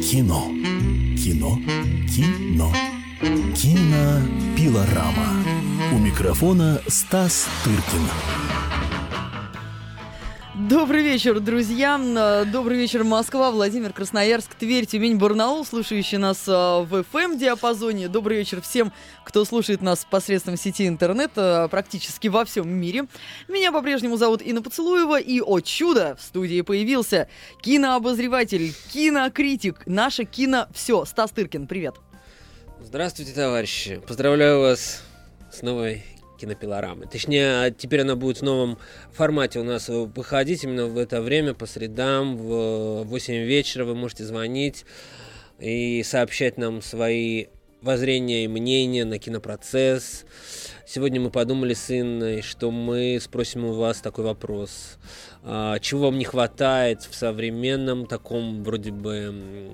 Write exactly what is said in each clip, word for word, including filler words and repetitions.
Кино. Кино. Кино. Кинопилорама. У микрофона Стас Тыркин. Добрый вечер, друзья. Добрый вечер, Москва, Владимир, Красноярск, Тверь, Тюмень, Барнаул, слушающие нас в эф эм-диапазоне. Добрый вечер всем, кто слушает нас посредством сети интернет практически во всем мире. Меня по-прежнему зовут Инна Поцелуева, и, о чудо, в студии появился кинообозреватель, кинокритик, наше кино все. Стас Тыркин, привет. Здравствуйте, товарищи. Поздравляю вас с новой кинопилорамой. Точнее, теперь она будет в новом формате у нас выходить именно в это время, по средам, в восемь вечера. Вы можете звонить и сообщать нам свои воззрения и мнения на кинопроцесс. Сегодня мы подумали с Инной, что мы спросим у вас такой вопрос. Чего вам не хватает в современном таком вроде бы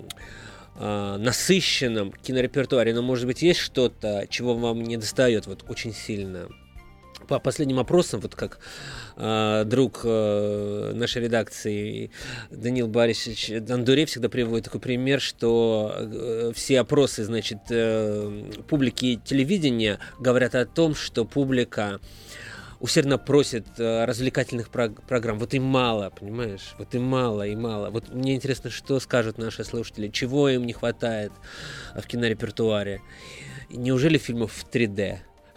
насыщенном кинорепертуаре, но, может быть, есть что-то, чего вам не достает вот очень сильно? По последним опросам, вот как э, друг э, нашей редакции Даниил Борисович Дондурей всегда приводит такой пример, что э, все опросы, значит, э, публики телевидения говорят о том, что публика усердно просит э, развлекательных прог- программ. Вот им мало, понимаешь? Вот им мало и мало. Вот мне интересно, что скажут наши слушатели, чего им не хватает в кинорепертуаре. Неужели фильмов в три дэ?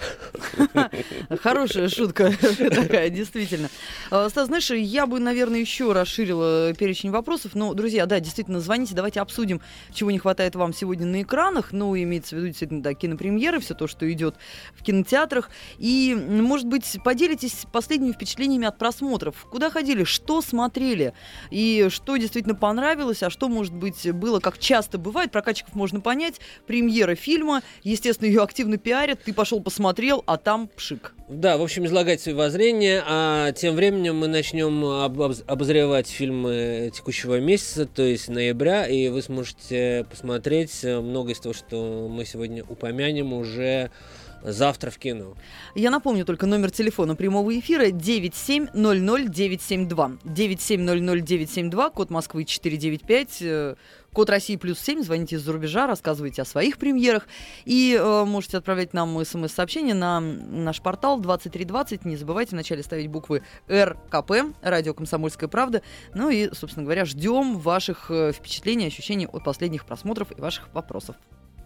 Хорошая шутка такая, действительно. Стас, знаешь, я бы, наверное, еще расширила перечень вопросов. Но, друзья, да, действительно, звоните, давайте обсудим, чего не хватает вам сегодня на экранах. Ну, имеется в виду, действительно, да, кинопремьеры, все то, что идет в кинотеатрах. И, может быть, поделитесь последними впечатлениями от просмотров. Куда ходили, что смотрели, и что действительно понравилось, а что, может быть, было, как часто бывает. Прокатчиков можно понять. Премьера фильма, естественно, ее активно пиарят. Ты пошел посмотреть, смотрел, а там пшик. Да, в общем, излагать свои воззрения, а тем временем мы начнем обозревать фильмы текущего месяца, то есть ноября, и вы сможете посмотреть много из того, что мы сегодня упомянем, уже завтра в кино. Я напомню только номер телефона прямого эфира девять семь ноль ноль девять семь два. девять семь ноль ноль девять семь два, код Москвы четыре девять пять, код России плюс семь, звоните из-за рубежа, рассказывайте о своих премьерах. И э, можете отправлять нам смс-сообщение на наш портал двадцать три двадцать. Не забывайте вначале ставить буквы эр ка пэ, радио «Комсомольская правда». Ну и, собственно говоря, ждем ваших э, впечатлений, ощущений от последних просмотров и ваших вопросов.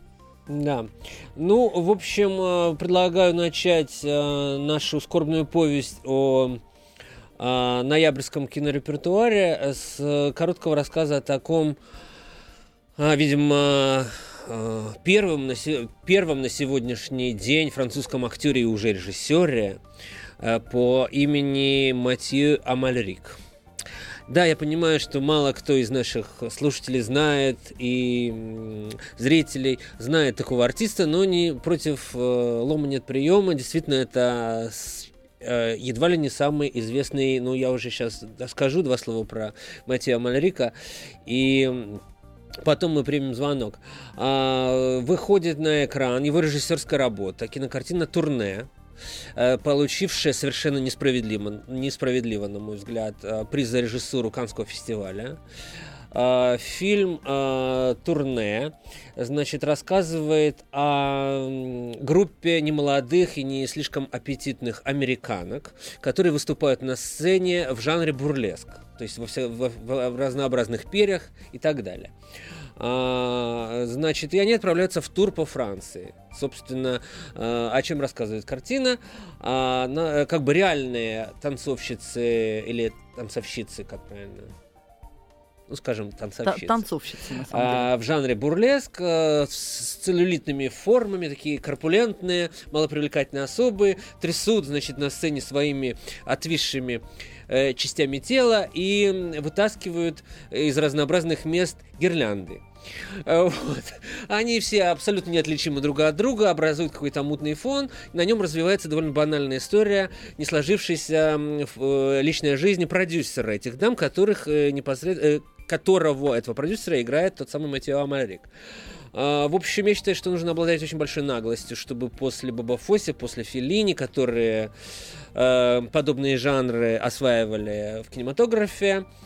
Да. Ну, в общем, предлагаю начать э, нашу скорбную повесть о э, ноябрьском кинорепертуаре с короткого рассказа о таком, э, видимо, э, первым, на се- первым на сегодняшний день французском актере и уже режиссере э, по имени Матью Амальрик. Да, я понимаю, что мало кто из наших слушателей знает и м, зрителей знает такого артиста, но не против э, лома нет приема. Действительно, это с, э, едва ли не самый известный, ну, я уже сейчас скажу два слова про Матью Амальрика, и потом мы примем звонок. А, выходит на экран его режиссерская работа, кинокартина «Турне», получившая совершенно несправедливо, несправедливо, на мой взгляд, приз за режиссуру Каннского фестиваля. Фильм «Турне», значит, рассказывает о группе немолодых и не слишком аппетитных американок, которые выступают на сцене в жанре бурлеск, то есть во, все, во, в разнообразных перьях и так далее. А, значит, и они отправляются в тур по Франции. Собственно, а, о чем рассказывает картина? А, на, как бы реальные танцовщицы или танцовщицы, как правильно? Ну, скажем, танцовщицы. Танцовщицы, на самом деле. А, в жанре бурлеск, а, с целлюлитными формами, такие корпулентные, малопривлекательные особы, трясут, значит, на сцене своими отвисшими э, частями тела и вытаскивают из разнообразных мест гирлянды. Вот. Они все абсолютно неотличимы друг от друга, образуют какой-то мутный фон. На нем развивается довольно банальная история, не сложившаяся в личной жизни продюсера этих дам, которых непосредственно, которого этого продюсера играет тот самый Матью Амальрик. В общем, я считаю, что нужно обладать очень большой наглостью, чтобы после Боба Фосси, после Феллини, которые э, подобные жанры осваивали в кинематографе,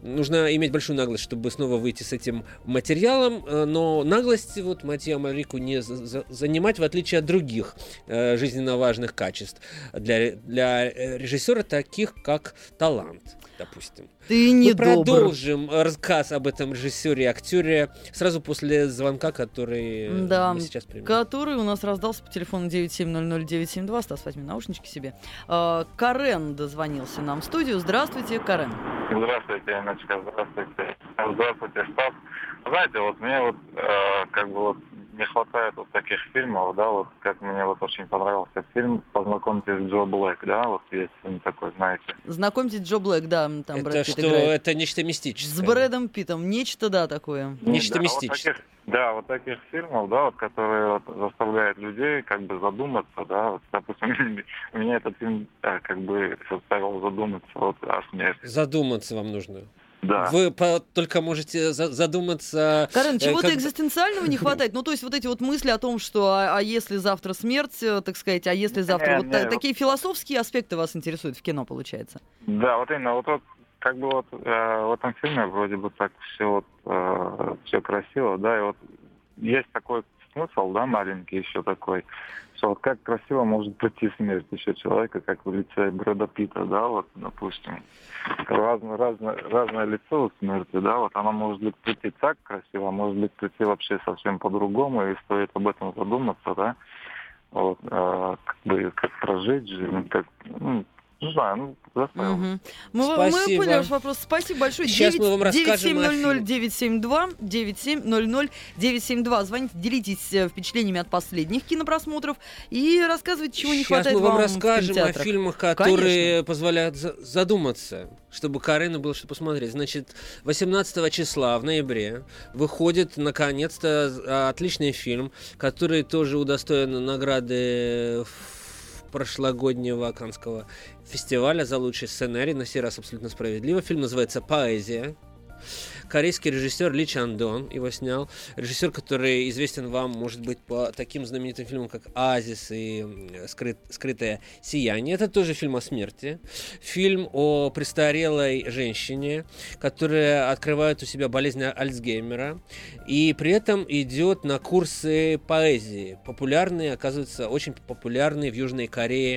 нужно иметь большую наглость, чтобы снова выйти с этим материалом, но наглости вот Матио Мальрику не за- за- занимать, в отличие от других э, жизненно важных качеств для, для режиссера, таких как талант, допустим. Ты не Мы добр. продолжим рассказ об этом режиссере и актере сразу после звонка, который Да, мы сейчас примем. который у нас раздался по телефону девять семь ноль ноль девять семь два. Стас, возьми наушнички себе. А, Карен дозвонился нам в студию. Здравствуйте, Карен. Здравствуйте, Инночка, здравствуйте. Здравствуйте, Стас. Знаете, вот мне вот э, как бы вот не хватает вот таких фильмов, да, вот как мне вот очень понравился фильм «Познакомьтесь с Джо Блэк», да, вот есть фильм такой, знаете. Знакомьтесь, Джо Блэк, да, там Это Брэд Питт что? играет. Это нечто мистическое. С Брэдом Питтом. Нечто, да, такое. Нечто да, мистическое. Вот таких, да, вот таких фильмов, да, вот, которые вот заставляют людей как бы задуматься, да, вот, допустим, меня этот фильм да, как бы заставил задуматься вот о смерти. Задуматься вам нужно. Да. Вы по- только можете за- задуматься... Карен, э, чего-то как- экзистенциального не хватает? Ну, то есть вот эти вот мысли о том, что а, а если завтра смерть, э, так сказать, а если завтра... Не, вот не, та- вот- такие философские аспекты вас интересуют в кино, получается? Да, вот именно, вот, вот как бы вот э, в этом фильме вроде бы так все вот э, все красиво, да, и вот есть такой смысл, да, маленький еще такой, что вот как красиво может прийти смерть еще человека, как в лице Брэда Питта, да, вот, допустим. Разное, разное, разное лицо у смерти, да, вот оно может быть прийти так красиво, а может быть прийти вообще совсем по-другому, и стоит об этом задуматься, да, вот, э, как бы, как прожить жизнь, как, ну, не знаю, ну, заставил. Мгм. Мы, мы Спасибо. поняли ваш вопрос. Спасибо большое. Сейчас мы вам расскажем о девять семь ноль ноль фильме. девять семь два, девять семь ноль ноль девять семь два. Звоните, делитесь э, впечатлениями от последних кинопросмотров и рассказывайте, чего не Сейчас хватает мы вам вам в расскажем о кинотеатрах. фильмах, которые позволяют за- задуматься, чтобы Карену было что посмотреть. Значит, восемнадцатого числа в ноябре выходит наконец-то а, отличный фильм, который тоже удостоен награды в- прошлогоднего Каннского фестиваля за лучший сценарий. На сей раз абсолютно справедливо. Фильм называется «Поэзия». Корейский режиссер Ли Чан-дон его снял. Режиссер, который известен вам, может быть, по таким знаменитым фильмам, как «Оазис» и «Скрыт, «Скрытое сияние». Это тоже фильм о смерти. Фильм о престарелой женщине, которая открывает у себя болезнь Альцгеймера. И при этом идет на курсы поэзии. Популярные, оказывается, очень популярные в Южной Корее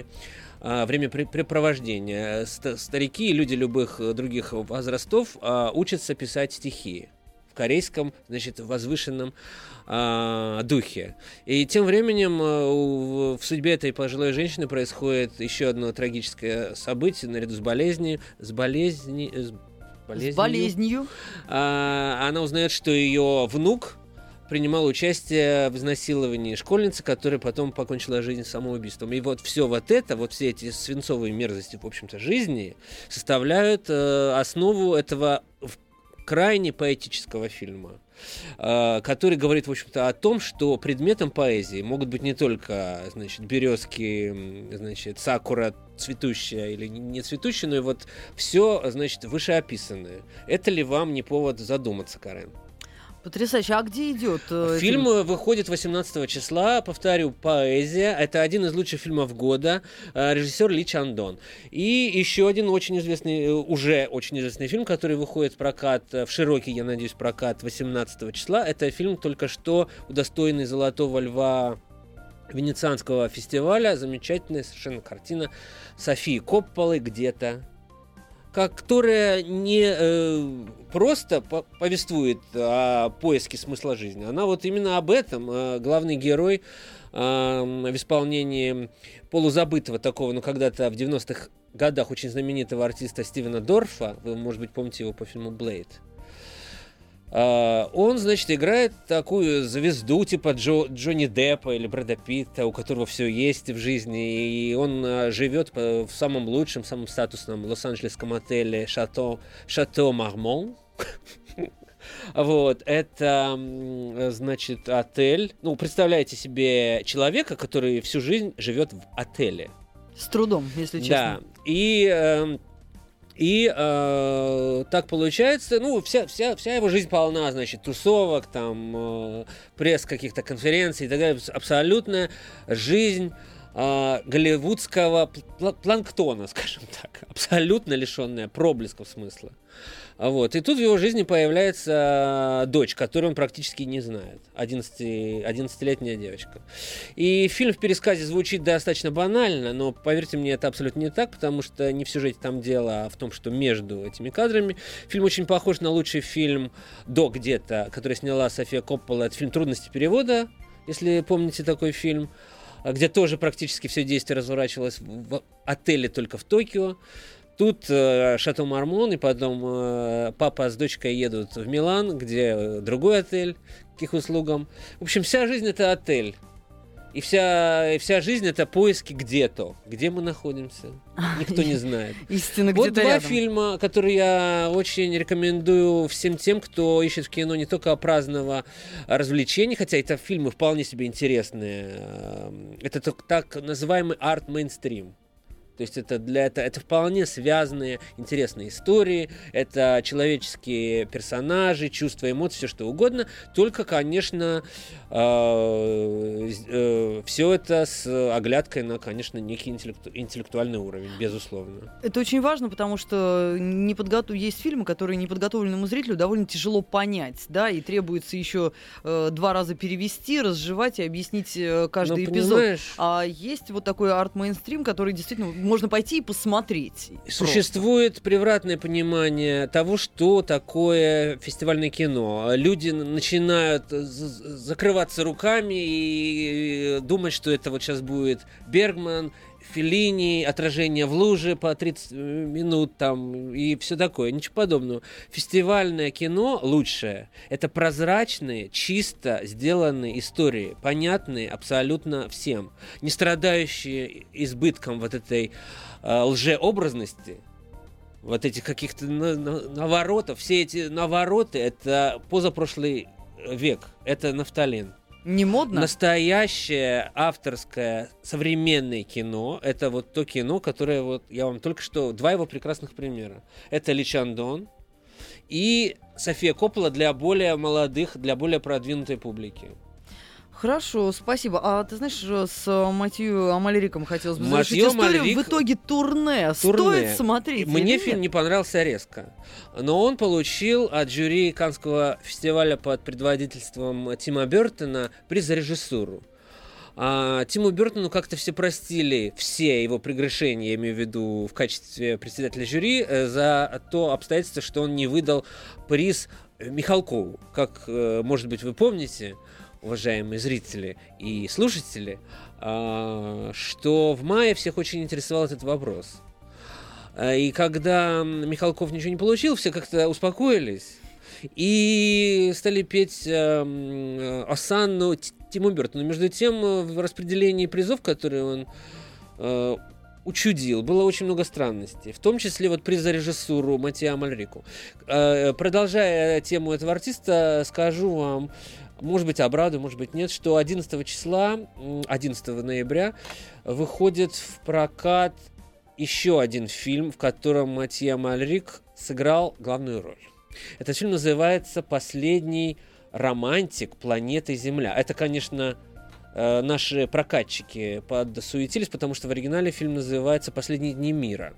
времяпрепровождения. Старики и люди любых других возрастов а, учатся писать стихи в корейском, значит, возвышенном а, духе. И тем временем а, у, в судьбе этой пожилой женщины происходит еще одно трагическое событие наряду с болезнью, с болезнью, с болезнью. С болезнью. А, она узнает, что ее внук принимал участие в изнасиловании школьницы, которая потом покончила жизнь самоубийством. И вот все вот это, вот все эти свинцовые мерзости, в общем-то, жизни составляют э, основу этого крайне поэтического фильма, э, который говорит, в общем-то, о том, что предметом поэзии могут быть не только, значит, березки, значит, сакура цветущая или не цветущая, но и вот все, значит, вышеописанное. Это ли вам не повод задуматься, Карен? Потрясающе. А где идет? э, Фильм выходит восемнадцатого числа, повторю, «Поэзия». Это один из лучших фильмов года, э, режиссер Ли Чан-дон. И еще один очень известный, уже очень известный фильм, который выходит в прокат, в широкий, я надеюсь, прокат восемнадцатого числа. Это фильм, только что удостоенный «Золотого льва» Венецианского фестиваля. Замечательная совершенно картина Софии Копполы «Где-то», которая не э, просто по- повествует о поиске смысла жизни. Она вот именно об этом. Э, главный герой э, в исполнении полузабытого такого, ну, когда-то в девяностых годах очень знаменитого артиста Стивена Дорфа, вы, может быть, помните его по фильму «Блейд», Uh, он, значит, играет такую звезду типа Джо, Джонни Деппа или Брэда Питта, у которого все есть в жизни, и он uh, живет в самом лучшем, самом статусном лос-анджелесском отеле Шато, Шато Мармон. Вот, это, значит, отель. Ну, представляете себе человека, который всю жизнь живет в отеле. С трудом, если честно. Да, и... Э, И э, так получается, ну, вся, вся, вся его жизнь полна, значит, тусовок, там, э, пресс каких-то конференций и так далее. Абсолютная жизнь э, голливудского пл- планктона, скажем так, абсолютно лишенная проблесков смысла. Вот. И тут в его жизни появляется дочь, которую он практически не знает. одиннадцатилетняя девочка. И фильм в пересказе звучит достаточно банально, но, поверьте мне, это абсолютно не так, потому что не в сюжете там дело, а в том, что между этими кадрами. Фильм очень похож на лучший фильм «До где-то», который сняла София Коппола. Это фильм «Трудности перевода», если помните такой фильм, где тоже практически все действие разворачивалось в отеле только в Токио. Тут э, Шато Мармон, и потом э, папа с дочкой едут в Милан, где э, другой отель, к их услугам. В общем, вся жизнь — это отель. И вся, и вся жизнь — это поиски где-то. Где мы находимся, никто не знает. Истинно вот где-то два рядом. фильма, которые я очень рекомендую всем тем, кто ищет в кино не только праздного развлечения, хотя это фильмы вполне себе интересные. Это так называемый арт-мейнстрим. То есть это, для, это, это вполне связанные, интересные истории, это человеческие персонажи, чувства, эмоции, все что угодно, только, конечно, э, э, все это с оглядкой на, конечно, некий интеллекту, интеллектуальный уровень, безусловно. Это очень важно, потому что неподготов... есть фильмы, которые неподготовленному зрителю довольно тяжело понять, да, и требуется еще э, два раза перевести, разжевать и объяснить э, каждый Но, эпизод. понимаешь... А есть вот такой арт-мейнстрим, который действительно можно пойти и посмотреть. Существует просто превратное понимание того, что такое фестивальное кино. Люди начинают закрываться руками и думать, что это вот сейчас будет Бергман, Феллини, отражение в луже по тридцать минут там и все такое. Ничего подобного. Фестивальное кино лучшее. Это прозрачные, чисто сделанные истории, понятные абсолютно всем, не страдающие избытком вот этой э, лжеобразности, вот этих каких-то на- на- наворотов. Все эти навороты — это позапрошлый век, это нафталин. Не модно? Настоящее авторское современное кино — это вот то кино, которое вот я вам только что... Два его прекрасных примера. Это Ли Чандон и София Коппола для более молодых, для более продвинутой публики. Хорошо, спасибо. А ты знаешь, с Матью Амальриком хотелось бы завершить Матью историю. Амальрик- В итоге турне. Турне. Стоит смотреть? Мне или фильм нет? не понравился резко, но он получил от жюри Каннского фестиваля под предводительством Тима Бёртона приз за режиссуру. А Тиму Бёртону как-то все простили все его прегрешения, я имею в виду в качестве председателя жюри, э, за то обстоятельство, что он не выдал приз Михалкову. Как, э, может быть, вы помните, уважаемые зрители и слушатели, э, что в мае всех очень интересовал этот вопрос. И когда Михалков ничего не получил, все как-то успокоились и стали петь э, осанну Тиму Бёртону. Между тем, в распределении призов, которые он э, учудил, было очень много странностей. В том числе вот приз за режиссуру Матью Амальрику. Э, продолжая тему этого артиста, скажу вам, может быть, обрадую, может быть, нет, что одиннадцатого числа, одиннадцатого ноября, выходит в прокат еще один фильм, в котором Матью Амальрик сыграл главную роль. Этот фильм называется «Последний романтик планеты Земля». Это, конечно, э, наши прокатчики подсуетились, потому что в оригинале фильм называется «Последние дни мира».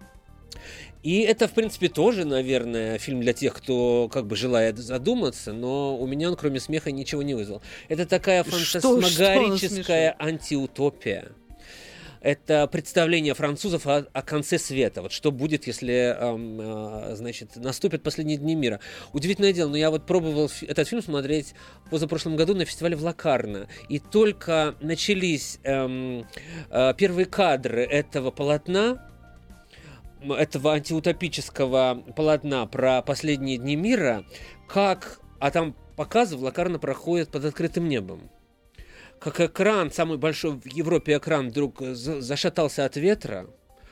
И это, в принципе, тоже, наверное, фильм для тех, кто как бы желает задуматься, но у меня он, кроме смеха, ничего не вызвал. Это такая фантасмагорическая антиутопия. Это представление французов о, о конце света. Вот что будет, если эм, э, значит, наступят последние дни мира. Удивительное дело, но я вот пробовал фи- этот фильм смотреть позапрошлом году на фестивале в Локарно. И только начались эм, э, первые кадры этого полотна, этого антиутопического полотна про последние дни мира, как, а там показы в Локарно проходят под открытым небом. Как экран, самый большой в Европе экран, вдруг зашатался от ветра,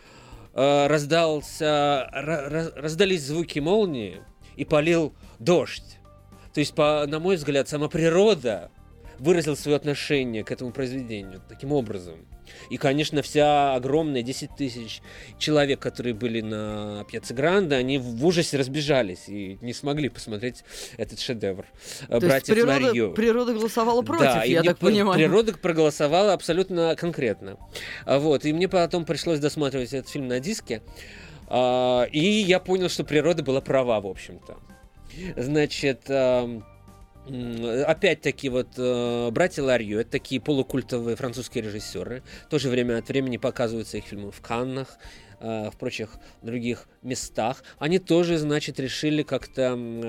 раздался, раздались звуки молнии и полил дождь. То есть, по, на мой взгляд, сама природа выразил свое отношение к этому произведению таким образом. И, конечно, вся огромная десять тысяч человек, которые были на Пьяцца Гранде, они в ужасе разбежались и не смогли посмотреть этот шедевр. То «Братьев есть природа, Марьё». природа голосовала против, Да, я и так мне понимаю. природа проголосовала абсолютно конкретно. А Вот, и мне потом пришлось досматривать этот фильм на диске. А, И я понял, что природа была права, в общем-то. Значит, а, м, опять-таки, вот э, «Братья Ларью» — это такие полукультовые французские режиссеры. Тоже время от времени показываются их фильмы в Каннах, э, в прочих других местах. Они тоже, значит, решили как-то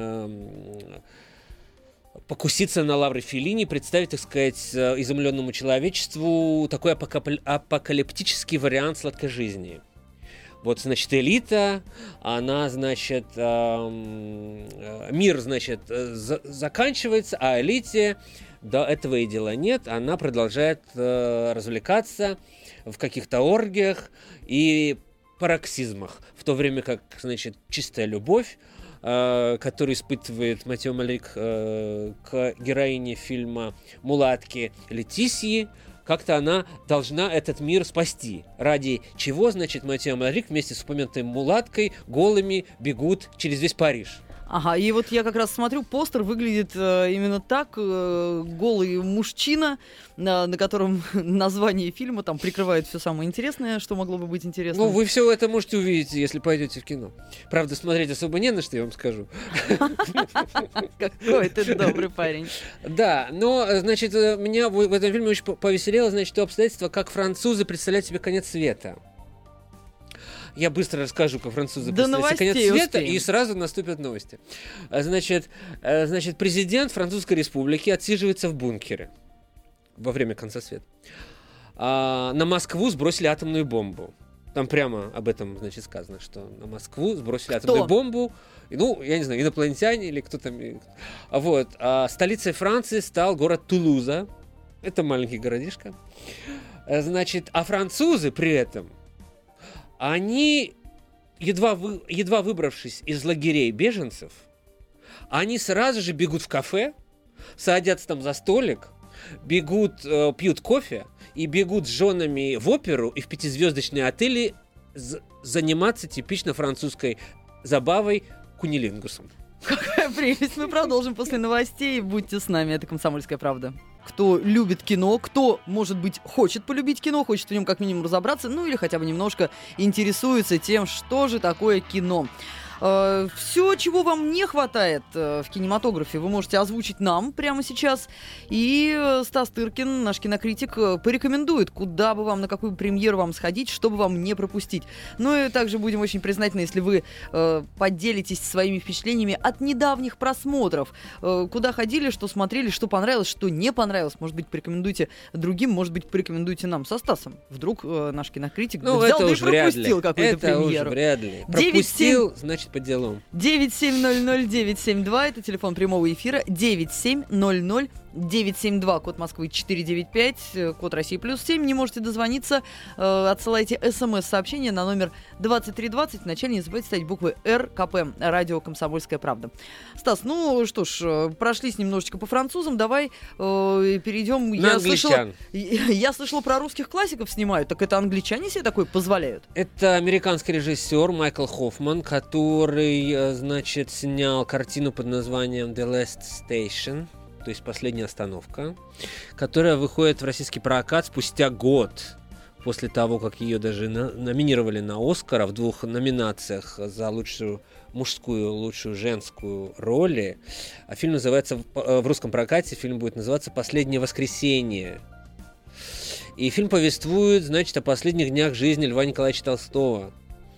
м, покуситься на лавры Феллини, представить, так сказать, э, изумленному человечеству такой апокап- апокалиптический вариант сладкой жизни. Вот, значит, элита, она, значит, эм, э, мир, значит, э, за- заканчивается, а элите до этого и дела нет. Она продолжает э, развлекаться в каких-то оргиях и пароксизмах, в то время как, значит, чистая любовь, э, которую испытывает Матео Малик э, к героине фильма «Мулатки» Летисьи, как-то она должна этот мир спасти. Ради чего, значит, Матео Малик вместе с упомянутой мулаткой голыми бегут через весь Париж. Ага, и вот я как раз смотрю, постер выглядит э, именно так. Э, голый мужчина, на, на котором название фильма там прикрывает все самое интересное, что могло бы быть интересно. Ну, вы все это можете увидеть, если пойдете в кино. Правда, смотреть особо не на что, я вам скажу. Какой ты добрый парень. Да, но, значит, меня в в этом фильме очень повеселило, значит, то обстоятельство, как французы представляют себе конец света. Я быстро расскажу, как французы До представляют себе конец света, успеем. и сразу наступят новости. А, Значит, э, значит, президент Французской Республики отсиживается в бункере во время конца света. А на Москву сбросили атомную бомбу. Там прямо об этом, значит, сказано, что на Москву сбросили Кто? атомную бомбу. И, ну, я не знаю, инопланетяне или кто там. и- А Вот. А столицей Франции стал город Тулуза. Это маленький городишко. Э, Значит, а французы при этом, они, едва, вы, едва выбравшись из лагерей беженцев, они сразу же бегут в кафе, садятся там за столик, бегут, э, пьют кофе и бегут с женами в оперу и в пятизвездочные отели з- заниматься типично французской забавой кунилингусом. Какая прелесть. Мы продолжим после новостей. Будьте с нами. Это «Комсомольская правда». Кто любит кино, кто, может быть, хочет полюбить кино, хочет в нем как минимум разобраться, ну или хотя бы немножко интересуется тем, что же такое кино. Все, чего вам не хватает э, в кинематографе, вы можете озвучить нам прямо сейчас. И э, Стас Тыркин, наш кинокритик, э, порекомендует, куда бы вам, на какую премьеру вам сходить, чтобы вам не пропустить. Ну и также будем очень признательны, если вы э, поделитесь своими впечатлениями от недавних просмотров. Э, куда ходили, что смотрели, что понравилось, что не понравилось. Может быть, порекомендуйте другим, может быть, порекомендуйте нам со Стасом. Вдруг э, наш кинокритик Ну, взял это да и уж вряд ли. пропустил какую-то Это премьеру. уж вряд ли. девять Пропустил, значит, по делам. девять семь ноль ноль девять семь два, это телефон прямого эфира, девять семь ноль ноль девять семь два, код Москвы четыре девять пять, э, код России плюс семь. Не можете дозвониться, э, отсылайте смс-сообщение на номер двадцать три двадцать. Вначале не забывайте ставить буквы эр ка пэ, радио «Комсомольская правда». Стас, ну что ж, э, прошлись немножечко по французам, давай э, перейдем. На Я слышала, англичан. я слышала, про русских классиков снимают, так это англичане себе такое позволяют? Это американский режиссер Майкл Хоффман, который, э, значит, снял картину под названием «The Last Station», то есть «Последняя остановка», которая выходит в российский прокат спустя год после того, как ее даже на- номинировали на «Оскар» в двух номинациях за лучшую мужскую, лучшую женскую роли. А фильм называется, в, э, в русском прокате фильм будет называться «Последнее воскресенье». И фильм повествует, значит, о последних днях жизни Льва Николаевича Толстого.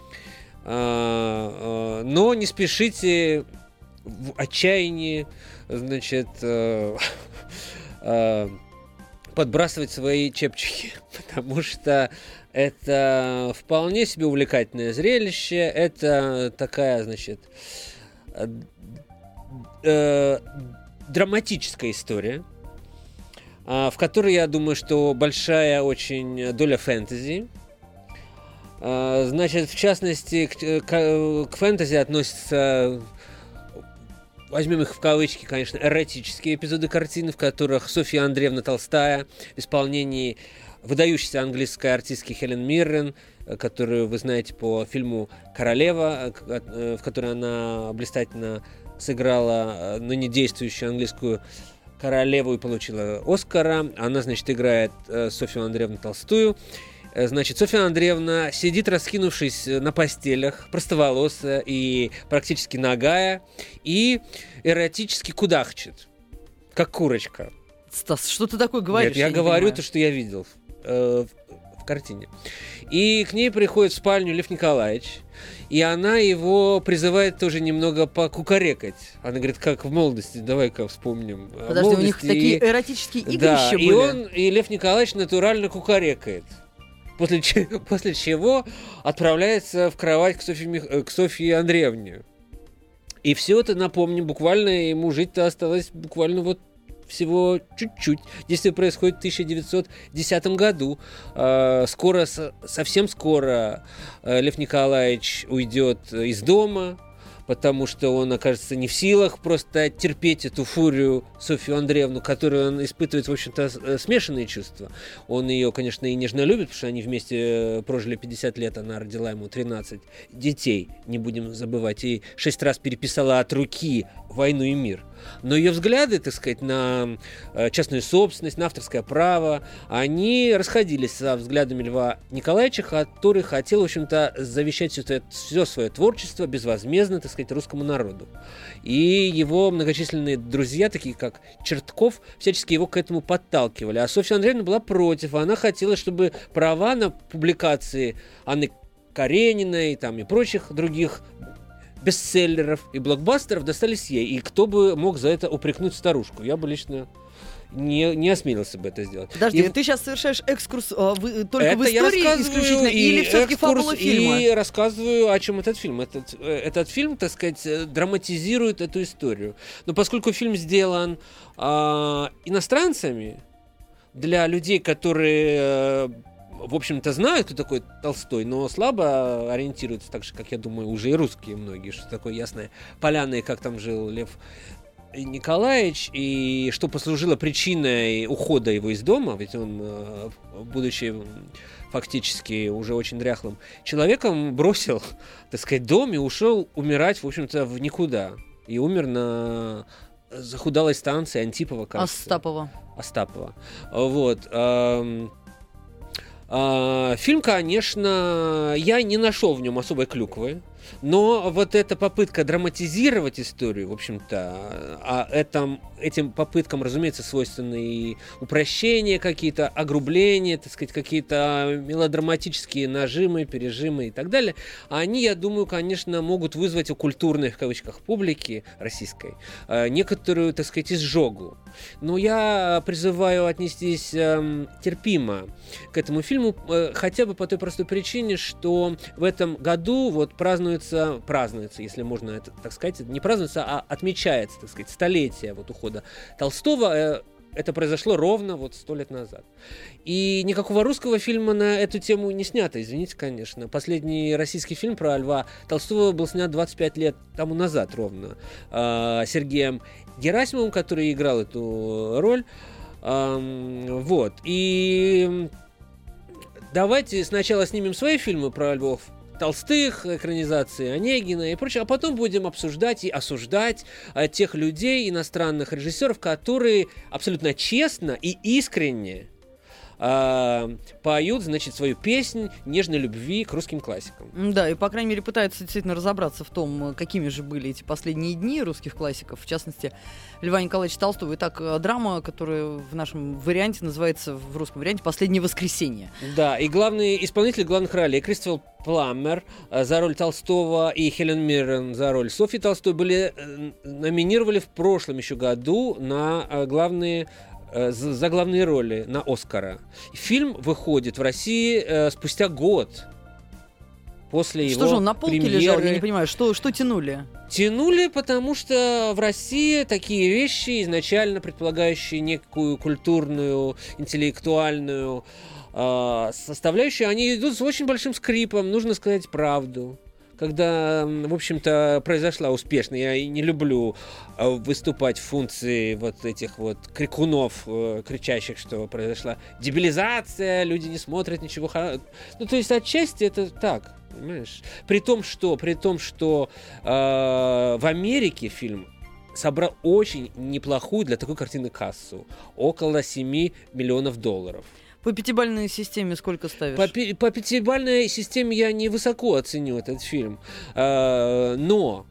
А, а, но не спешите в отчаянии, значит, э, э, подбрасывать свои чепчики, потому что это вполне себе увлекательное зрелище. Это такая, значит, э, э, драматическая история, э, в которой, я думаю, что большая очень доля фэнтези. Э, значит, в частности, к, к, к фэнтези относится возьмем их в кавычки, конечно, эротические эпизоды картины, в которых Софья Андреевна Толстая в исполнении выдающейся английской артистки Хелен Миррен, которую вы знаете по фильму «Королева», в которой она блистательно сыграла ныне действующую английскую королеву и получила Оскара. Она, значит, играет Софью Андреевну Толстую. Значит, Софья Андреевна сидит, раскинувшись на постелях, простоволосая и практически нагая, и эротически кудахчет, как курочка. Стас, что ты такое говоришь? Нет, я, я говорю то, что я видел э, в, в картине. И к ней приходит в спальню Лев Николаевич, и она его призывает тоже немного покукарекать. Она говорит, как в молодости, давай-ка вспомним. Подожди, у них такие эротические игры да, еще были? И он, и Лев Николаевич натурально кукарекает. После, после чего отправляется в кровать к Софье, к Софье Андреевне. И все это, напомню, буквально ему жить-то осталось буквально вот всего чуть-чуть. Действие происходит в тысяча девятьсот десятом году. Скоро, совсем скоро Лев Николаевич уйдет из дома, потому что он окажется не в силах просто терпеть эту фурию Софью Андреевну, которую он испытывает, в общем-то, смешанные чувства. Он ее, конечно, и нежно любит, потому что они вместе прожили пятьдесят лет, она родила ему тринадцать детей, не будем забывать, и шесть раз переписала от руки «Войну и мир». Но ее взгляды, так сказать, на частную собственность, на авторское право, они расходились со взглядами Льва Николаевича, который хотел, в общем-то, завещать все, все свое творчество безвозмездно, так сказать, русскому народу. И его многочисленные друзья, такие как Чертков, всячески его к этому подталкивали. А Софья Андреевна была против, она хотела, чтобы права на публикации Анны Карениной там, и прочих других бестселлеров и блокбастеров достались ей. И кто бы мог за это упрекнуть старушку? Я бы лично не, не осмелился бы это сделать. Подожди, и... ты сейчас совершаешь экскурс а, в, только это в истории исключительно, или все-таки фабула фильма? И рассказываю, о чем этот фильм. Этот, этот фильм, так сказать, драматизирует эту историю. Но поскольку фильм сделан а, иностранцами, для людей, которые... в общем-то, знают, кто такой Толстой, но слабо ориентируются, так же, как я думаю, уже и русские многие, что такое Ясная Поляна, и как там жил Лев Николаевич, и что послужило причиной ухода его из дома, ведь он, будучи фактически уже очень дряхлым человеком, бросил, так сказать, дом и ушел умирать, в общем-то, в никуда. И умер на захудалой станции Антипова, кажется. Остапова. Остапова. Вот. Фильм, конечно, я не нашел в нем особой клюквы, но вот эта попытка драматизировать историю, в общем-то, а этом, этим попыткам, разумеется, свойственны и упрощения какие-то, огрубления, так сказать, какие-то мелодраматические нажимы, пережимы и так далее, они, я думаю, конечно, могут вызвать у культурной, в кавычках, публики российской некоторую, так сказать, изжогу. Но я призываю отнестись э, терпимо к этому фильму, э, хотя бы по той простой причине, что в этом году вот празднуется, празднуется, если можно это так сказать, не празднуется, а отмечается, так сказать, столетие вот ухода Толстого. Э, это произошло ровно вот сто лет назад. И никакого русского фильма на эту тему не снято, извините, конечно. Последний российский фильм про Льва Толстого был снят двадцать пять лет тому назад ровно э, Сергеем Герасимовым, который играл эту роль. Эм, вот. И давайте сначала снимем свои фильмы про Львов Толстых, экранизации Онегина и прочее, а потом будем обсуждать и осуждать а, тех людей, иностранных режиссеров, которые абсолютно честно и искренне а, поют, значит, свою песнь нежной любви к русским классикам. Да, и, по крайней мере, пытаются действительно разобраться в том, какими же были эти последние дни русских классиков, в частности, Льва Николаевича Толстого. Итак, драма, которая в нашем варианте называется, в русском варианте, «Последнее воскресенье». Да, и главные исполнители главных ролей Кристофер Пламмер за роль Толстого и Хелен Миррен за роль Софьи Толстой были номинировали в прошлом еще году на главные за главные роли на Оскара. Фильм выходит в России э, спустя год после что его же он на полке премьеры. Лежал? Я не понимаю, что, что тянули? Тянули, потому что в России такие вещи, изначально предполагающие некую культурную, интеллектуальную э, составляющую, они идут с очень большим скрипом, нужно сказать правду. когда, в общем-то, произошла успешно. Я и не люблю выступать в функции вот этих вот крикунов, кричащих, что произошла дебилизация, люди не смотрят ничего хорошего. Ну, то есть, отчасти это так, понимаешь? При том, что, при том, что э, в Америке фильм собрал очень неплохую для такой картины кассу. Около семь миллионов долларов. По пятибалльной системе сколько ставишь? По, по пятибалльной системе я не высоко оценю этот фильм. А, но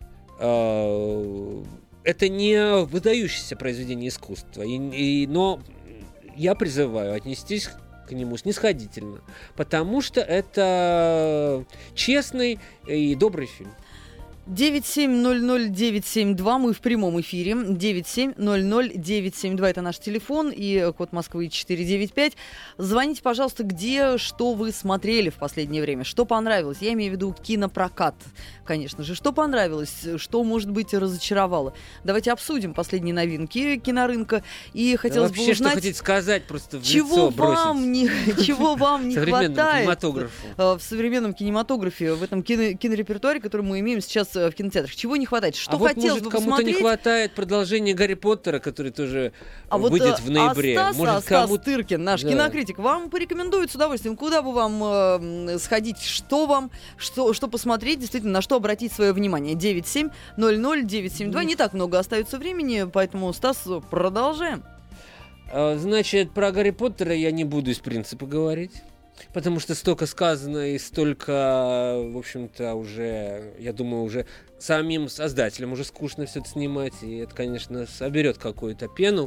а, это не выдающееся произведение искусства. И, и, но я призываю отнестись к нему снисходительно. Потому что это честный и добрый фильм. девять семь ноль ноль девять семь два, мы в прямом эфире. девять семь ноль ноль девять семь два, это наш телефон, и код Москвы четыре девять пять. Звоните, пожалуйста, где, что вы смотрели в последнее время, что понравилось. Я имею в виду кинопрокат, конечно же. Что понравилось, что, может быть, разочаровало. Давайте обсудим последние новинки кинорынка. И хотелось да бы вообще, узнать, что хотите сказать, просто в чего лицо бросить. вам не, чего вам не хватает кинематографу. в современном кинематографе, в этом кино, кинорепертуаре, который мы имеем сейчас в кинотеатрах. Чего не хватает? Что а вот, хотелось может, бы кому-то посмотреть? не хватает продолжения Гарри Поттера, который тоже а выйдет вот, в ноябре. А Стас, может, а Стас кому... Тыркин, наш да. кинокритик, вам порекомендует с удовольствием, куда бы вам э, сходить, что вам, что, что посмотреть, действительно, на что обратить свое внимание. девять семь ноль ноль девять семь два. Не так много остается времени, поэтому, Стас, продолжаем. Значит, про Гарри Поттера я не буду из принципа говорить. Потому что столько сказано и столько, в общем-то, уже, я думаю, уже самим создателям уже скучно все это снимать. И это, конечно, соберет какую-то пену.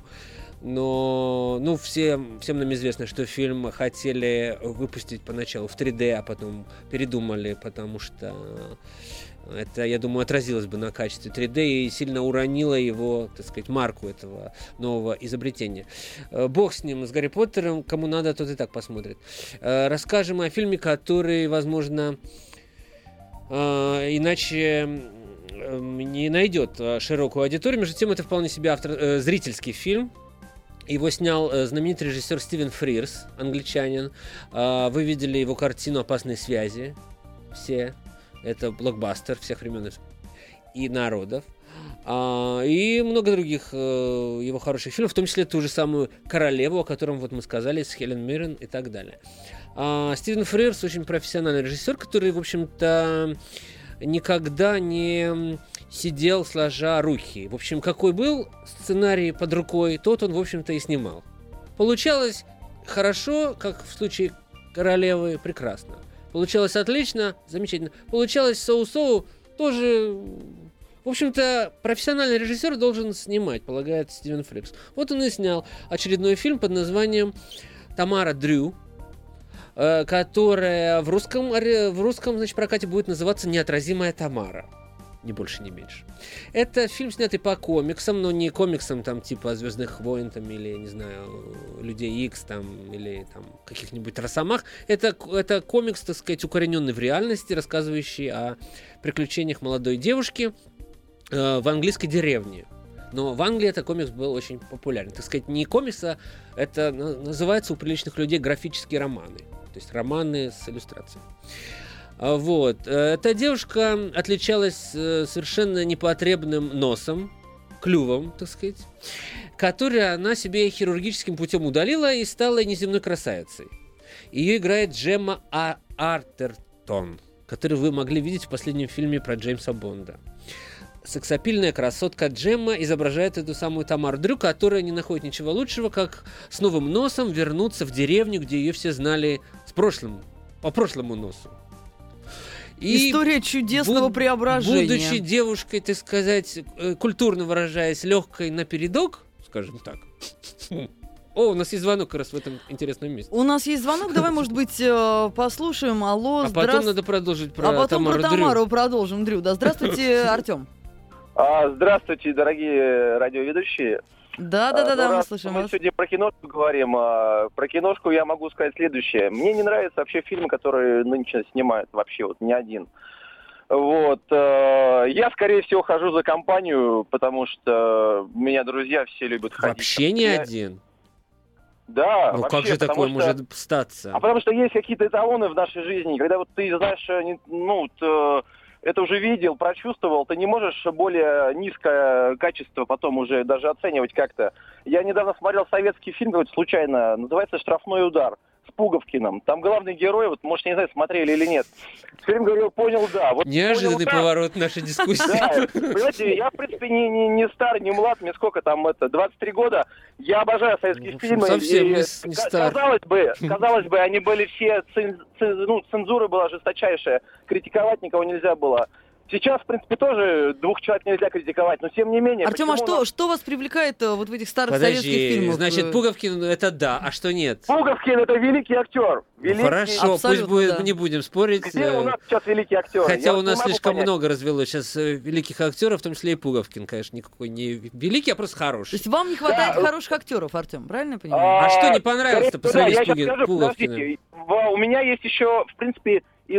Но, ну, всем, всем нам известно, что фильм хотели выпустить поначалу в три дэ, а потом передумали, потому что это, я думаю, отразилось бы на качестве три дэ и сильно уронило его, так сказать, марку этого нового изобретения. Бог с ним, с Гарри Поттером, кому надо, тот и так посмотрит. Расскажем о фильме, который, возможно, иначе не найдет широкую аудиторию. Между тем, это вполне себе автор, зрительский фильм. Его снял знаменитый режиссер Стивен Фрирз, англичанин. Вы видели его картину «Опасные связи». Все. Это блокбастер всех времен и народов. И много других его хороших фильмов, в том числе ту же самую «Королеву», о котором вот мы сказали, с Хелен Миррен и так далее. Стивен Фрирз очень профессиональный режиссер, который, в общем-то, никогда не сидел сложа руки. В общем, какой был сценарий под рукой, тот он, в общем-то, и снимал. Получалось хорошо, как в случае «Королевы», прекрасно. Получалось отлично, замечательно. Получалось соу-соу, тоже... В общем-то, профессиональный режиссер должен снимать, полагает Стивен Фрирз. Вот он и снял очередной фильм под названием «Тамара Дрю», которая в русском, в русском, значит, прокате будет называться «Неотразимая Тамара». Ни больше, ни меньше. Это фильм, снятый по комиксам, но не комиксам там типа «Звездных войн» там, или, не знаю, «Людей Икс» там, или там, каких-нибудь «Росомах». Это, это комикс, так сказать, укорененный в реальности, рассказывающий о приключениях молодой девушки э, в английской деревне. Но в Англии этот комикс был очень популярен. Так сказать, не комикс, а это называется у приличных людей графические романы. То есть романы с иллюстрацией. Вот. Эта девушка отличалась совершенно непотребным носом, клювом, так сказать, который она себе хирургическим путем удалила и стала неземной красавицей. Ее играет Джемма а- Артертон, которую вы могли видеть в последнем фильме про Джеймса Бонда. Сексапильная красотка Джемма изображает эту самую Тамару Дрю, которая не находит ничего лучшего, как с новым носом вернуться в деревню, где ее все знали с прошлым, по прошлому носу. И история чудесного буд- преображения. Будучи девушкой, так сказать, культурно выражаясь, легкой напередок, скажем так. О, у нас есть звонок как раз в этом интересном месте. У нас есть звонок, давай, может быть, послушаем. Алло, а здравствуйте. потом надо продолжить про А потом Тамару про Дрю. Тамару продолжим, Дрю. Да, здравствуйте, Артем. А, здравствуйте, дорогие радиоведущие. Да, да, да, да, ну, мы слышим мы вас. сегодня про киношку говорим. А, про киношку я могу сказать следующее. Мне не нравятся вообще фильмы, которые нынче снимают вообще, вот ни один. Вот. Э, я, скорее всего, хожу за компанию, потому что меня друзья все любят ходить. Вообще не я... один? Да, Ну вообще, как же такое что... может статься? А потому что есть какие-то эталоны в нашей жизни, когда вот ты знаешь, ну, т... это уже видел, прочувствовал, ты не можешь более низкое качество потом уже даже оценивать как-то. Я недавно смотрел советский фильм какой-то случайно, называется «Штрафной удар» с Пуговкиным. Там главный герой, вот, может, не знаю, смотрели или нет. Фильм говорил, понял, да. Вот Неожиданный понял, поворот да. нашей дискуссии. Да, понимаете, я, в принципе, не, не, не старый, не млад, мне сколько там, это, двадцать три года. Я обожаю советские в общем, фильмы. совсем и, не, не стар. Казалось бы, казалось бы, они были все, цен, цен, ну, цензура была жесточайшая, критиковать никого нельзя было. Сейчас, в принципе, тоже двух человек нельзя критиковать, но тем не менее... Артем, а что, нас... что вас привлекает вот в этих старых Подожди, советских фильмах? Значит, Пуговкин это да, а что нет? Пуговкин — это великий актер. Великий... Ну, хорошо, Абсолютно, пусть будет, да. мы не будем спорить. Где у нас сейчас великий актер? Хотя Я у нас слишком понять. много развелось сейчас великих актеров, в том числе и Пуговкин, конечно, никакой не великий, а просто хороший. То есть вам не хватает Да. хороших актеров, Артем, правильно я понимаю? А, а что не понравилось-то по да, я сравнению с сейчас скажу, Пуговкиным? подождите. У меня есть еще, в принципе, из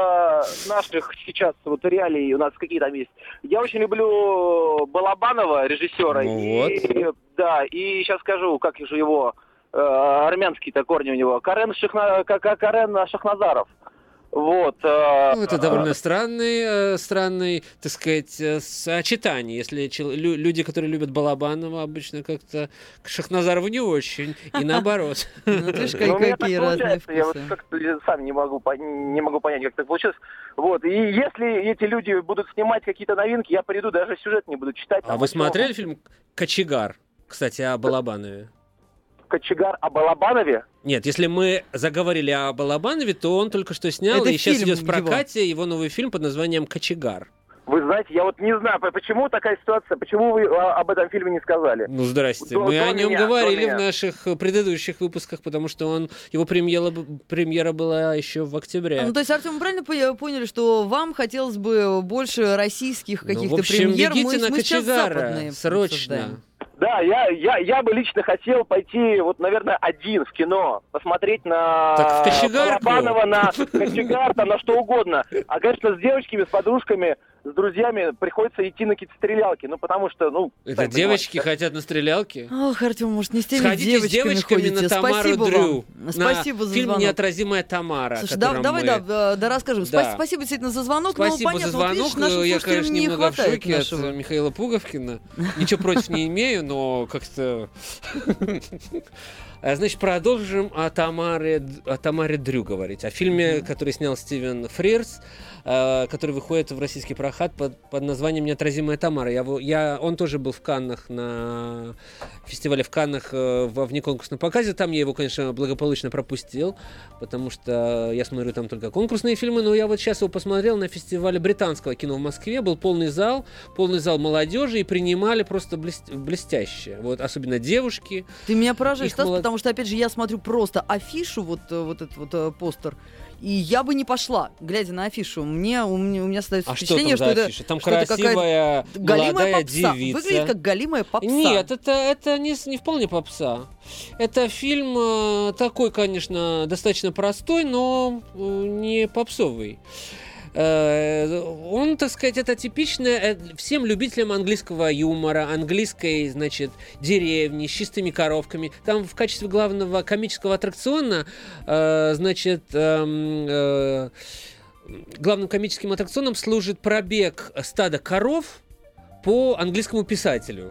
э, наших сейчас вот реалий у нас какие там есть. Я очень люблю Балабанова, режиссера. Ну и, вот. Да, и сейчас скажу, как же его, э, армянские-то корни у него. Карен, Шахна, Карен Шахназаров. Вот. Э, Ну, это довольно странный, э, странный, так сказать, э, сочетание. Если чел- лю- люди, которые любят Балабанова, обычно как-то к Шахназарову не очень, и наоборот. Ну, ты ж Ну, у меня какие так разные получается, я вот вкусы. как-то сам не могу, пон- не могу понять, как так получилось. Вот, и если эти люди будут снимать какие-то новинки, я приду, даже сюжет не буду читать. А там, вы о чём. смотрели фильм «Кочегар», кстати, о Балабанове? Кочегар о Балабанове? Нет, если мы заговорили о Балабанове, то он только что снял, Это и сейчас фильм идет в прокате его новый фильм под названием «Кочегар». Вы знаете, я вот не знаю, почему такая ситуация, почему вы а, об этом фильме не сказали? Ну, здрасте. До- Мы до о нем меня, до говорили меня. в наших предыдущих выпусках, потому что он, его премьера, премьера была еще в октябре. Ну, то есть, Артем, мы правильно по- поняли, что вам хотелось бы больше российских Ну, каких-то в общем, премьер? бегите Мы, на мы сейчас Кочегара, западные срочно. обсуждаем. Да, я, я, я бы лично хотел пойти, вот, наверное, один в кино, посмотреть на Так в Кочегарку? Балабанова, на Кочегар, там, на что угодно. А, конечно, с девочками, с подружками, с друзьями приходится идти на какие-то стрелялки, ну, потому что, ну... Это сами девочки понимаете, хотят на стрелялки? Ох, Артем, может, не с теми Сходите с девочками девочками ходите. на Тамару Спасибо Дрю. вам. Спасибо на за фильм звонок. «Неотразимая Тамара», Слушай, о да, котором давай, мы... да, да, да, расскажем. Да. Спа- Спасибо действительно за звонок. Спасибо ну, за понятно, вот звонок. видишь, нашим Я, слушателям конечно, не немного в хватает шоке нашего. от Михаила Пуговкина. Ничего против не имею, но как-то... Значит, продолжим о Тамаре, о Тамаре Дрю говорить. О фильме, который снял Стивен Фрирз, который выходит в российский прокат под, под названием «Неотразимая Тамара». Я, я, он тоже был в Каннах, на фестивале в Каннах во внеконкурсном показе. Там я его, конечно, благополучно пропустил, потому что я смотрю там только конкурсные фильмы. Но я вот сейчас его посмотрел на фестивале британского кино в Москве. Был полный зал, полный зал молодежи, и принимали просто блест, блестяще. Вот, особенно девушки. Ты меня поражаешь, Их Стас, молод- потому что, опять же, я смотрю просто афишу, вот, э, вот этот вот э, постер, и я бы не пошла, глядя на афишу. Мне, у, меня, у меня создается А что впечатление, там за что, афиша? Там что это красивая какая-то галимая молодая попса. девица. Выглядит как галимая попса. Нет, это, это не, с- не вполне попса. Это фильм э, такой, конечно, достаточно простой, но э, не попсовый. Э, Он, так сказать, это типичное э, всем любителям английского юмора, английской, значит, деревни с чистыми коровками. Там в качестве главного комического аттракциона, э, значит, эм, э, главным комическим аттракционом служит пробег стада коров по английскому писателю.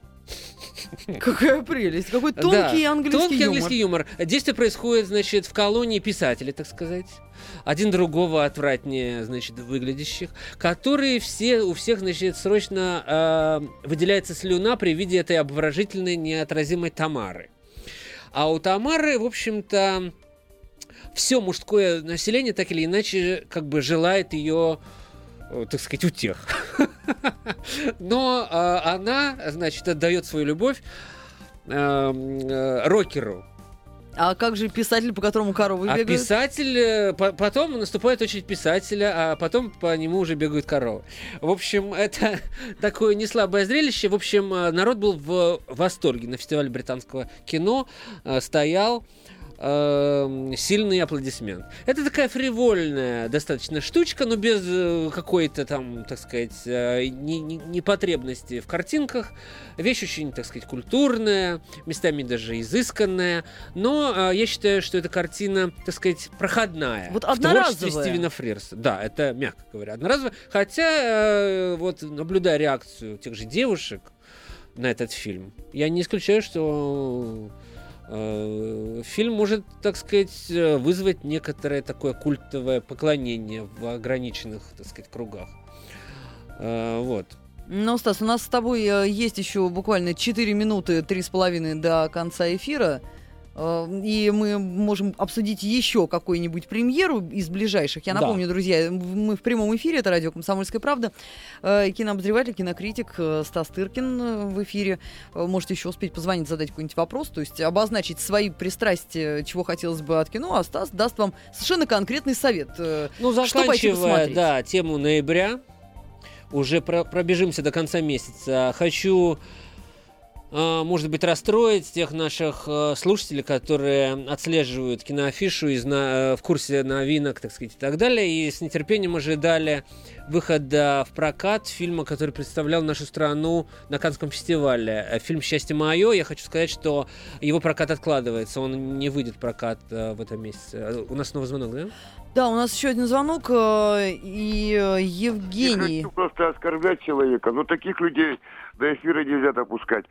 Какая прелесть, какой тонкий Да, английский тонкий юмор. английский юмор. Действие происходит, значит, в колонии писателей, так сказать. Один другого отвратнее, значит, выглядящих, которые все, у всех, значит, срочно э, выделяется слюна при виде этой обворожительной, неотразимой Тамары. А у Тамары, в общем-то, все мужское население так или иначе как бы желает ее, так сказать, утех. Но э, она, значит, отдает свою любовь э, э, рокеру. А как же писатель, по которому коровы А бегают? писатель, э, по- потом наступает очередь писателя, а потом по нему уже бегают коровы. В общем, это такое неслабое зрелище. В общем, э, народ был в восторге на фестивале британского кино, э, стоял. э, сильный аплодисмент. Это такая фривольная достаточно штучка, но без э, какой-то там, так сказать, э, не, не, непотребности в картинках. Вещь очень, так сказать, культурная, местами даже изысканная, но э, я считаю, что эта картина, так сказать, проходная. Вот в творчестве одноразовая. Стивена Фрирса. Да, это, мягко говоря, одноразовая. Хотя, э, вот, наблюдая реакцию тех же девушек на этот фильм, я не исключаю, что э, фильм может, так сказать, вызвать некоторое такое культовое поклонение в ограниченных, так сказать, кругах. Э, вот. Ну, Стас, у нас с тобой э, есть еще буквально четыре минуты, три с половиной до конца эфира. Э, и мы можем обсудить еще какую-нибудь премьеру из ближайших. Я напомню, да. друзья, мы в прямом эфире, это радио «Комсомольская правда». Э, кинообозреватель, кинокритик э, Стас Тыркин в эфире. Э, можете еще успеть позвонить, задать какой-нибудь вопрос, то есть обозначить свои пристрастия, чего хотелось бы от кино, а Стас даст вам совершенно конкретный совет. Э, ну, что пойти посмотреть. Да, тему ноября. Уже про- пробежимся до конца месяца. Хочу, э, может быть, расстроить тех наших э, слушателей, которые отслеживают киноафишу и зна- в курсе новинок, так сказать, и так далее, и с нетерпением ожидали выхода в прокат фильма, который представлял нашу страну на Каннском фестивале. Фильм «Счастье мое». Я хочу сказать, что его прокат откладывается, он не выйдет в прокат э, в этом месяце. У нас снова звонок, да? Да, у нас еще один звонок, э, и э, Евгений. Не хочу просто оскорблять человека, но таких людей до эфира нельзя допускать.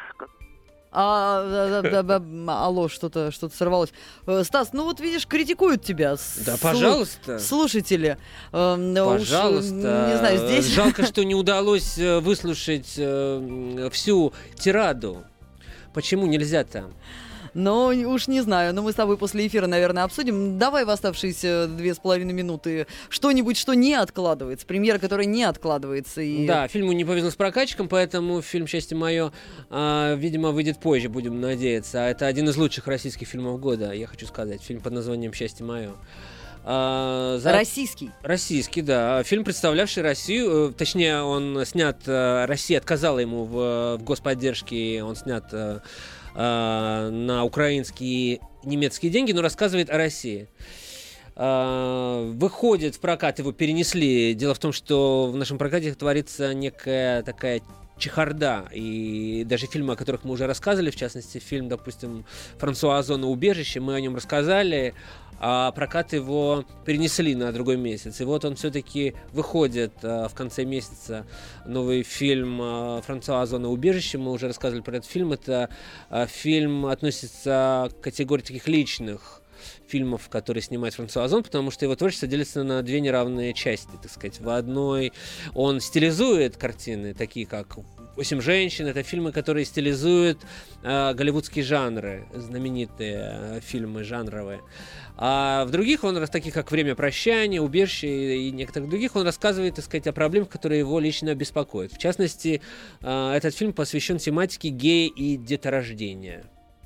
А, да, да, да, алло, что-то, что-то сорвалось. Э, Стас, ну вот видишь, критикуют тебя. Да, слу- пожалуйста. Слушатели. Э, Пожалуйста. Уж, не знаю, здесь... Жалко, что не удалось э, выслушать э, всю тираду. Почему нельзя-то? Но уж не знаю, но мы с тобой после эфира, наверное, обсудим. Давай в оставшиеся две с половиной минуты что-нибудь, что не откладывается, премьера, которая не откладывается. И... Да, фильму не повезло с прокатчиком, поэтому фильм «Счастье мое», э, видимо, выйдет позже, будем надеяться. Это один из лучших российских фильмов года, я хочу сказать. Фильм под названием «Счастье мое». А, за... Российский. Российский, да. Фильм, представлявший Россию, точнее, он снят, Россия отказала ему в, в господдержке, он снят на украинские и немецкие деньги, но рассказывает о России. Выходит в прокат, его перенесли. Дело в том, что в нашем прокате творится некая такая чехарда. И даже фильмы, о которых мы уже рассказывали, в частности, фильм, допустим, Франсуа Озона «Убежище», мы о нем рассказали, а прокат его перенесли на другой месяц. И вот он все-таки выходит а, в конце месяца. Новый фильм а, Франсуа Озона «Убежище». Мы уже рассказывали про этот фильм. Это а, фильм относится к категории таких личных фильмов, которые снимает Франсуа Озон, потому что его творчество делится на две неравные части, так сказать. В одной он стилизует картины, такие как «Восемь женщин». Это фильмы, которые стилизуют э, голливудские жанры, знаменитые э, фильмы жанровые. А в других, он, таких как «Время прощания», «Убежище» и некоторых других, он рассказывает, так сказать, о проблемах, которые его лично беспокоят. В частности, э, этот фильм посвящен тематике гея и деторождения.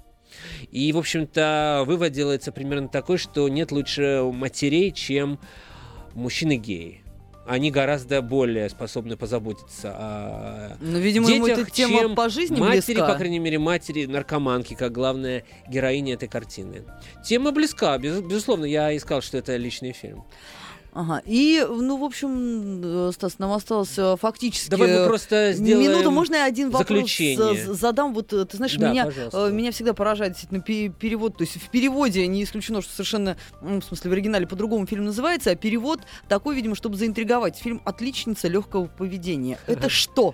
И, в общем-то, вывод делается примерно такой, что нет лучше матерей, чем мужчины-геи. Они гораздо более способны позаботиться о ну, видимо, детях, ему эта тема чем по жизни матери, близка. по крайней мере, матери-наркоманки, как главная героиня этой картины. Тема близка, без, безусловно, я искал, что это личный фильм. Ага. И, ну, в общем, Стас, нам осталось фактически... Давай мы просто сделаем минуту. Можно я один вопрос заключение? задам? Вот, ты знаешь, да, меня, пожалуйста. меня всегда поражает действительно перевод. То есть в переводе не исключено, что совершенно, ну, в смысле, в оригинале по-другому фильм называется, а перевод такой, видимо, чтобы заинтриговать. Фильм «Отличница легкого поведения». Это что?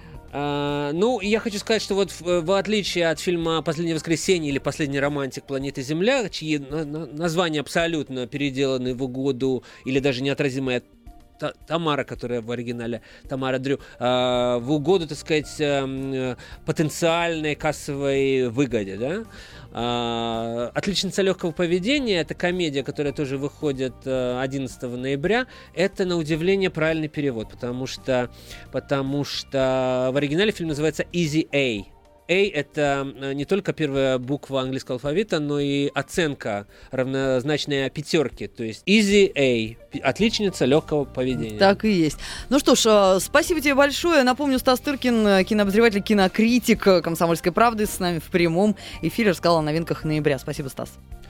Uh, ну, я хочу сказать, что вот в, в отличие от фильма «Последнее воскресенье» или «Последний романтик планеты Земля», чьи на, на, названия абсолютно переделаны в угоду или даже неотразимая Тамара, которая в оригинале Тамара Дрю, uh, в угоду, так сказать, uh, потенциальной кассовой выгоде, да? Uh, «Отличница легкого поведения» — это комедия, которая тоже выходит uh, одиннадцатого ноября. Это, на удивление, правильный перевод, потому что, потому что в оригинале фильм называется «Easy A». A — это не только первая буква английского алфавита, но и оценка, равнозначная пятерке. То есть Easy A. Отличница легкого поведения. Так и есть. Ну что ж, спасибо тебе большое. Напомню, Стас Тыркин, кинообозреватель, кинокритик «Комсомольской правды», с нами в прямом эфире рассказал о новинках ноября. Спасибо, Стас.